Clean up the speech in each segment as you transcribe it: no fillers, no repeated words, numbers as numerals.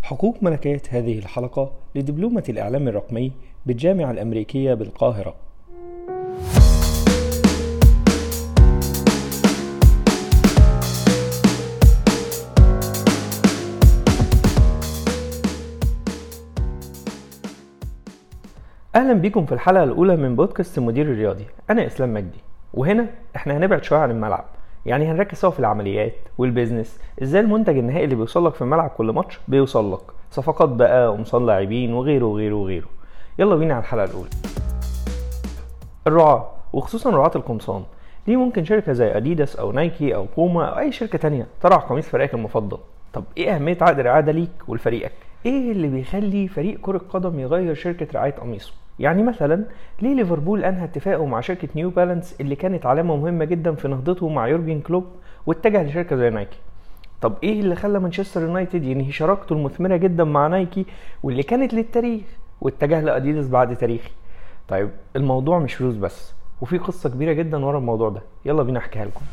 حقوق ملكية هذه الحلقة لدبلومة الإعلام الرقمي بالجامعة الأمريكية بالقاهرة. أهلا بكم في الحلقة الأولى من بودكاست المدير الرياضي. أنا إسلام مجدي، وهنا إحنا هنبعد شوية عن الملعب، يعني هنركز سوا في العمليات والبيزنس، إزاي المنتج النهائي اللي بيوصلك في الملعب كل ماتش بيوصلك، صفقات بقى ومصال لاعبين وغيره وغيره وغيره. يلا بينا على الحلقة الأولى. الرعاة، وخصوصا رعاة القمصان. ليه ممكن شركة زي أديداس أو نايكي أو بوما أو أي شركة تانية ترعى قميص فريقك المفضل؟ طب إيه أهمية عقد الرعاية ده ليك ولفريقك؟ إيه اللي بيخلي فريق كرة قدم يغير شركة رعاية قميصه؟ يعني مثلا ليه ليفربول أنهى اتفاقه مع شركة نيو بالانس اللي كانت علامة مهمة جدا في نهضته مع يورجن كلوب واتجه لشركة زي نايكي؟ طب ايه اللي خلى مانشستر يونايتد ينهي شراكته المثمرة جدا مع نايكي واللي كانت للتاريخ واتجه لأديداس بعد تاريخي؟ طيب الموضوع مش فلوس بس، وفي قصة كبيرة جدا ورا الموضوع ده، يلا بينا احكيها لكم.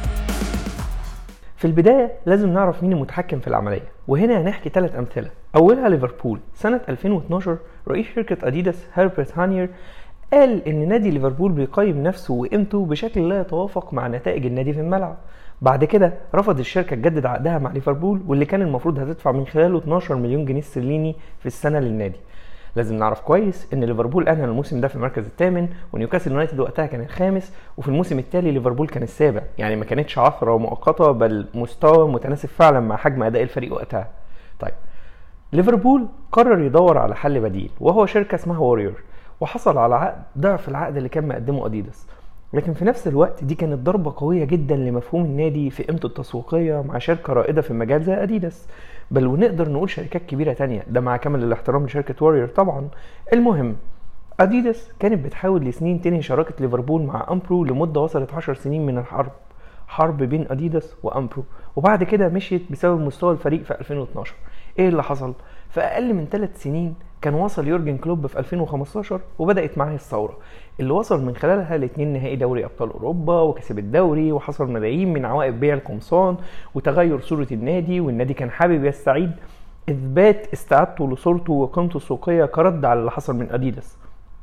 في البداية لازم نعرف مين المتحكم في العملية، وهنا هنحكي 3 أمثلة. أولها ليفربول. سنة 2012 رئيس شركة أديداس هربرت هانير قال إن نادي ليفربول بيقيم نفسه وقيمته بشكل لا يتوافق مع نتائج النادي في الملعب. بعد كده رفض الشركة تجدد عقدها مع ليفربول، واللي كان المفروض هتدفع من خلاله 12 مليون جنيه استرليني في السنة للنادي. لازم نعرف كويس ان ليفربول انهى الموسم ده في المركز الثامن، ونيوكاسل يونايتد وقتها كان الخامس، وفي الموسم التالي ليفربول كان السابع. يعني ما كانتش عثرة مؤقتة، بل مستوى متناسب فعلا مع حجم اداء الفريق وقتها. طيب ليفربول قرر يدور على حل بديل، وهو شركة اسمها وورير، وحصل على عقد ضعف العقد اللي كان مقدمه أديداس. لكن في نفس الوقت دي كانت ضربة قوية جدا لمفهوم النادي في قيمته التسويقية مع شركة رائدة في المجال زي أديداس، بل ونقدر نقول شركات كبيرة تانية، ده مع كامل الاحترام لشركة وورير طبعا. المهم أديداس كانت بتحاول لسنين تنهي شراكة ليفربول مع أمبرو لمدة وصلت 10 سنين من حرب بين أديداس وأمبرو، وبعد كده مشيت بسبب مستوى الفريق في 2012. ايه اللي حصل؟ في اقل من 3 سنين كان وصل يورجن كلوب في 2015 وبدأت معاه الثورة اللي وصل من خلالها ل2 نهائي دوري ابطال اوروبا، وكسب الدوري، وحصل ملايين من عوائد بيع القمصان وتغير صورة النادي، والنادي كان حابب يستعيد اثبات استعادته لصورته وقيمته السوقية كرد على اللي حصل من اديداس.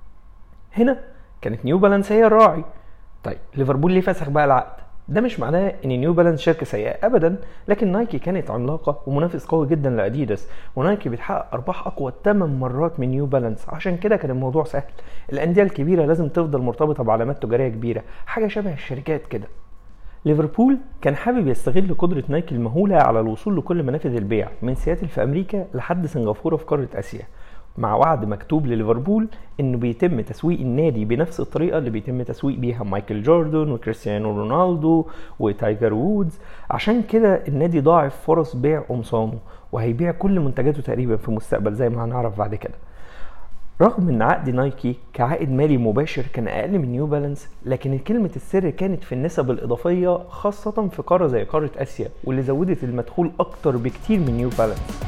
هنا كانت نيو بالانس هي الراعي. طيب ليفربول ليه فسخ بقى العقد؟ ده مش معناه ان نيو بالانس شركه سيئه ابدا، لكن نايكي كانت عملاقه ومنافس قوي جدا لاديداس، ونايكي بتحقق ارباح اقوى 8 مرات من نيو بالانس، عشان كده كان الموضوع سهل. الانديه الكبيره لازم تفضل مرتبطه بعلامات تجاريه كبيره، حاجه شبه الشركات كده. ليفربول كان حابب يستغل قدره نايكي المهوله على الوصول لكل منافذ البيع من سياتل في امريكا لحد سنغافوره في قاره اسيا، مع وعد مكتوب لليفربول انه بيتم تسويق النادي بنفس الطريقه اللي بيتم تسويق بيها مايكل جوردن وكريستيانو رونالدو وتايجر وودز. عشان كده النادي ضاعف فرص بيع قمصانه، وهيبيع كل منتجاته تقريبا في المستقبل زي ما هنعرف بعد كده. رغم ان عقد نايكي كعائد مالي مباشر كان اقل من نيو بالانس، لكن كلمه السر كانت في النسب الاضافيه، خاصه في قاره زي قاره اسيا، واللي زودت المدخول اكتر بكتير من نيو بالانس.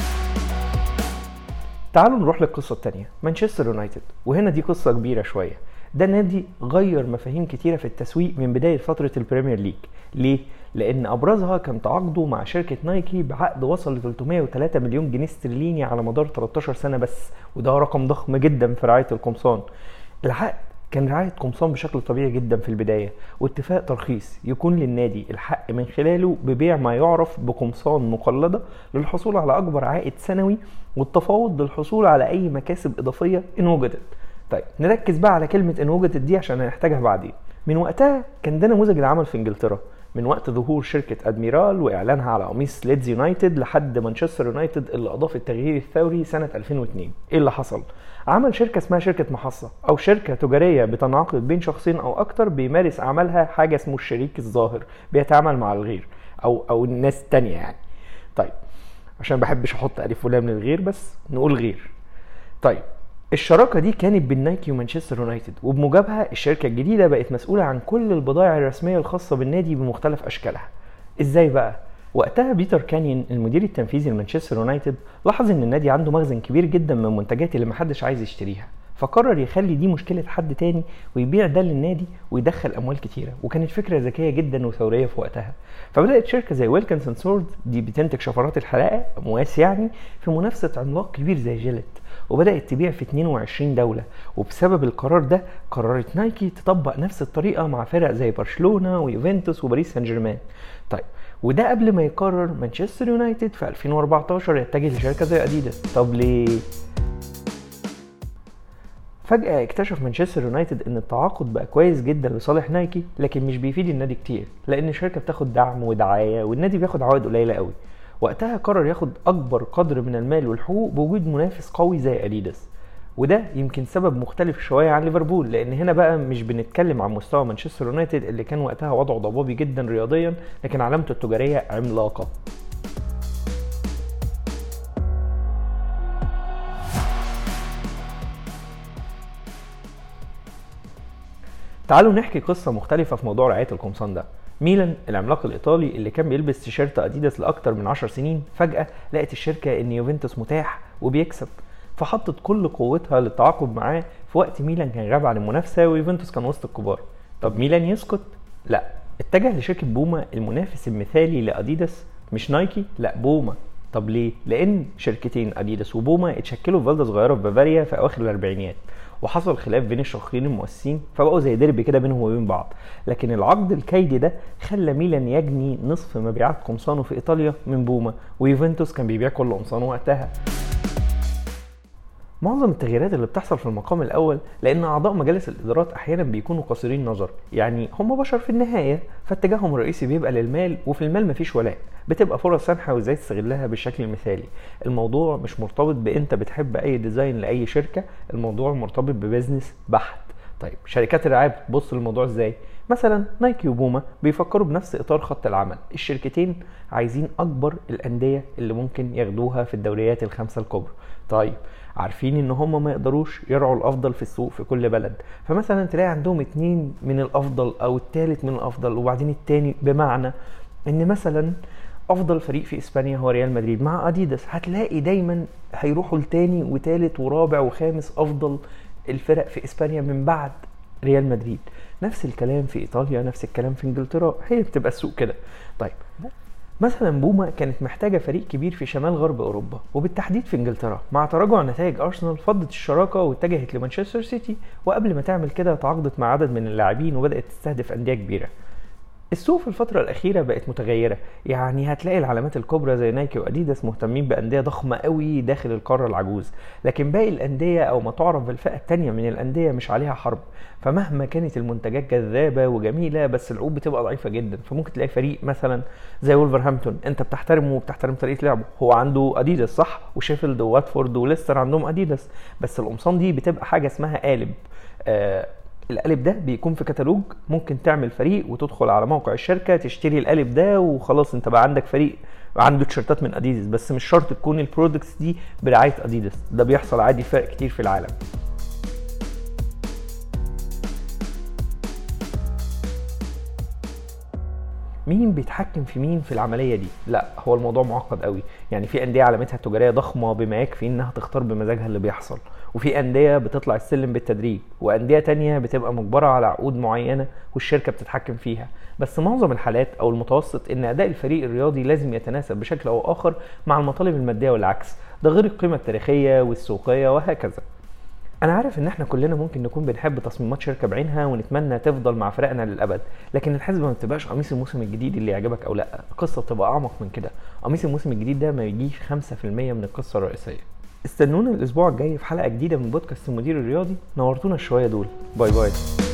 تعالوا نروح للقصة التانية، مانشستر يونايتد. وهنا دي قصة كبيرة شوية. ده نادي غير مفاهيم كتيرة في التسويق من بداية فترة البريمير ليج. ليه؟ لأن أبرزها كان تعاقده مع شركة نايكي بعقد وصل ل 303 مليون جنيه استرليني على مدار 13 سنة بس، وده رقم ضخم جدا في رعاية القمصان. العقد كان رعاية قمصان بشكل طبيعي جدا في البداية، واتفاق ترخيص يكون للنادي الحق من خلاله ببيع ما يعرف بقمصان مقلدة للحصول على أكبر عائد سنوي، والتفاوض للحصول على أي مكاسب إضافية إن وجدت. طيب نركز بقى على كلمة إن وجدت دي عشان هنحتاجها بعدين. من وقتها كان ده نموذج العمل في إنجلترا، من وقت ظهور شركة أدميرال وإعلانها على قميص ليدز يونايتد لحد مانشستر يونايتد اللي أضاف التغيير الثوري سنة 2002. إيه اللي حصل؟ عمل شركة اسمها شركة محصة، أو شركة تجارية بتنعقد بين شخصين أو أكتر، بيمارس أعمالها حاجة اسمه الشريك الظاهر، بيتعامل مع الغير أو الناس التانية يعني. طيب عشان بحبش أحط ألف ولام للغير، بس نقول غير. طيب الشراكة دي كانت بين نايكي ومانشستر يونايتد، وبموجبها الشركة الجديدة بقت مسؤولة عن كل البضائع الرسمية الخاصة بالنادي بمختلف أشكالها. إزاي بقى؟ وقتها بيتر كانيون المدير التنفيذي لمانشستر يونايتد لاحظ ان النادي عنده مخزن كبير جدا من المنتجات اللي محدش عايز يشتريها، فقرر يخلي دي مشكلة حد تاني ويبيع ده للنادي ويدخل اموال كتيرة، وكانت فكرة ذكية جدا وثورية في وقتها. فبدأت شركة زي ويلكنسون سورد دي بتنتج شفرات الحلاقة مقاس يعني في منافسة عملاق كبير زي جيلت، وبدأت تبيع في 22 دولة. وبسبب القرار ده قررت نايكي تطبق نفس الطريقة مع فرق زي برشلونة ويوفنتوس وباريس سان جيرمان. طيب وده قبل ما يقرر مانشستر يونايتد في 2014 يتجه لشركة زي اديداس. طب ليه؟ فجأة اكتشف مانشستر يونايتد ان التعاقد بقى كويس جدا لصالح نايكي، لكن مش بيفيد النادي كتير لان الشركة بتاخد دعم ودعاية والنادي بياخد عوائد قليلة قوي. وقتها قرر ياخد اكبر قدر من المال والحقوق بوجود منافس قوي زي اديداس، وده يمكن سبب مختلف شوية عن ليفربول، لان هنا بقى مش بنتكلم عن مستوى مانشستر يونايتد اللي كان وقتها وضعه ضبابي جدا رياضيا، لكن علامته التجارية عملاقة. تعالوا نحكي قصة مختلفة في موضوع رعاية القمصان ده. ميلان العملاق الإيطالي اللي كان بيلبس تيشيرت أديداس لأكتر من 10 سنين، فجأة لقت الشركة إن يوفنتوس متاح وبيكسب، فحطت كل قوتها للتعاقد معاه في وقت ميلان كان غاب عن المنافسة ويوفنتوس كان وسط الكبار. طب ميلان يسكت؟ لا، اتجه لشركة بوما المنافس المثالي لأديداس، مش نايكي، لا بوما. طب ليه؟ لأن شركتين أديداس وبوما اتشكلوا في بلدة صغيرة في بافاريا في أواخر الأربعينيات، وحصل خلاف بين الشقيقين المؤسسين فبقوا زي ديربي كده بينهم وبين بعض. لكن العقد الكيدي ده خلى ميلان يجني نصف مبيعات قمصانه في ايطاليا من بوما، ويوفنتوس كان بيبيع كل قمصانه وقتها. معظم التغييرات اللي بتحصل في المقام الاول لان اعضاء مجالس الادارات احيانا بيكونوا قصيرين نظر، يعني هم بشر في النهايه، فاتجاههم الرئيسي بيبقى للمال، وفي المال مفيش ولاء، بتبقى فرص سانحه وازاي تستغلها بالشكل المثالي. الموضوع مش مرتبط بانت بتحب اي ديزاين لاي شركه، الموضوع مرتبط ببزنس بحت. طيب شركات الرعايه بتبص للموضوع ازاي؟ مثلا نايكي وبوما بيفكروا بنفس اطار خط العمل، الشركتين عايزين اكبر الانديه اللي ممكن ياخدوها في الدوريات الخمسه الكبرى. طيب عارفين ان هم ما يقدروش يرعوا الافضل في السوق في كل بلد، فمثلا تلاقي عندهم 2 من الافضل او الثالث من الافضل وبعدين الثاني، بمعنى ان مثلا افضل فريق في اسبانيا هو ريال مدريد مع اديداس، هتلاقي دايما هيروحوا لتاني وثالث ورابع وخامس افضل الفرق في اسبانيا من بعد ريال مدريد. نفس الكلام في ايطاليا، نفس الكلام في انجلترا، هي بتبقى السوق كده. طيب مثلا بوما كانت محتاجة فريق كبير في شمال غرب اوروبا وبالتحديد في انجلترا، مع تراجع نتائج ارسنال فضت الشراكة واتجهت لمانشستر سيتي، وقبل ما تعمل كده تعاقدت مع عدد من اللاعبين وبدأت تستهدف اندية كبيرة. السوق في الفترة الأخيرة بقت متغيرة، يعني هتلاقي العلامات الكبرى زي نايكي وأديداس مهتمين بأندية ضخمة قوي داخل القارة العجوز، لكن باقي الأندية أو ما تعرف بالفئة التانية من الأندية مش عليها حرب، فمهما كانت المنتجات جذابة وجميلة بس العقود بتبقى ضعيفة جدا. فممكن تلاقي فريق مثلا زي وولفرهامبتون انت بتحترمه وبتحترم طريقة لعبه، هو عنده أديداس صح، وشيفيلد وواتفورد وليستر عندهم أديداس، بس القمصان دي بتبقى حاجة اسمها قالب. القالب ده بيكون في كتالوج، ممكن تعمل فريق وتدخل على موقع الشركة تشتري القالب ده وخلاص انت بقى عندك فريق عنده تيشيرتات من اديداس، بس مش شرط تكون البرودكتس دي برعاية اديداس، ده بيحصل عادي فرق كتير في العالم. مين بيتحكم في مين في العملية دي؟ لا، هو الموضوع معقد قوي، يعني في أندية علامتها التجارية ضخمة بما يكفي انها تختار بمزاجها اللي بيحصل، وفي أندية بتطلع السلم بالتدريج، وأندية تانية بتبقى مجبرة على عقود معينة والشركة بتتحكم فيها. بس معظم الحالات او المتوسط ان اداء الفريق الرياضي لازم يتناسب بشكل او اخر مع المطالب المادية والعكس، ده غير القيمة التاريخية والسوقية وهكذا. انا عارف ان احنا كلنا ممكن نكون بنحب تصميمات شركه بعينها ونتمنى تفضل مع فرقنا للابد، لكن الحسبه ما بتبقاش قميص الموسم الجديد اللي يعجبك او لا، القصه بتبقى اعمق من كده. قميص الموسم الجديد ده ما يجيش 5% من القصه الرئيسيه. استنونا الاسبوع الجاي في حلقه جديده من بودكاست المدير الرياضي. نورتونا الشويه دول، باي باي.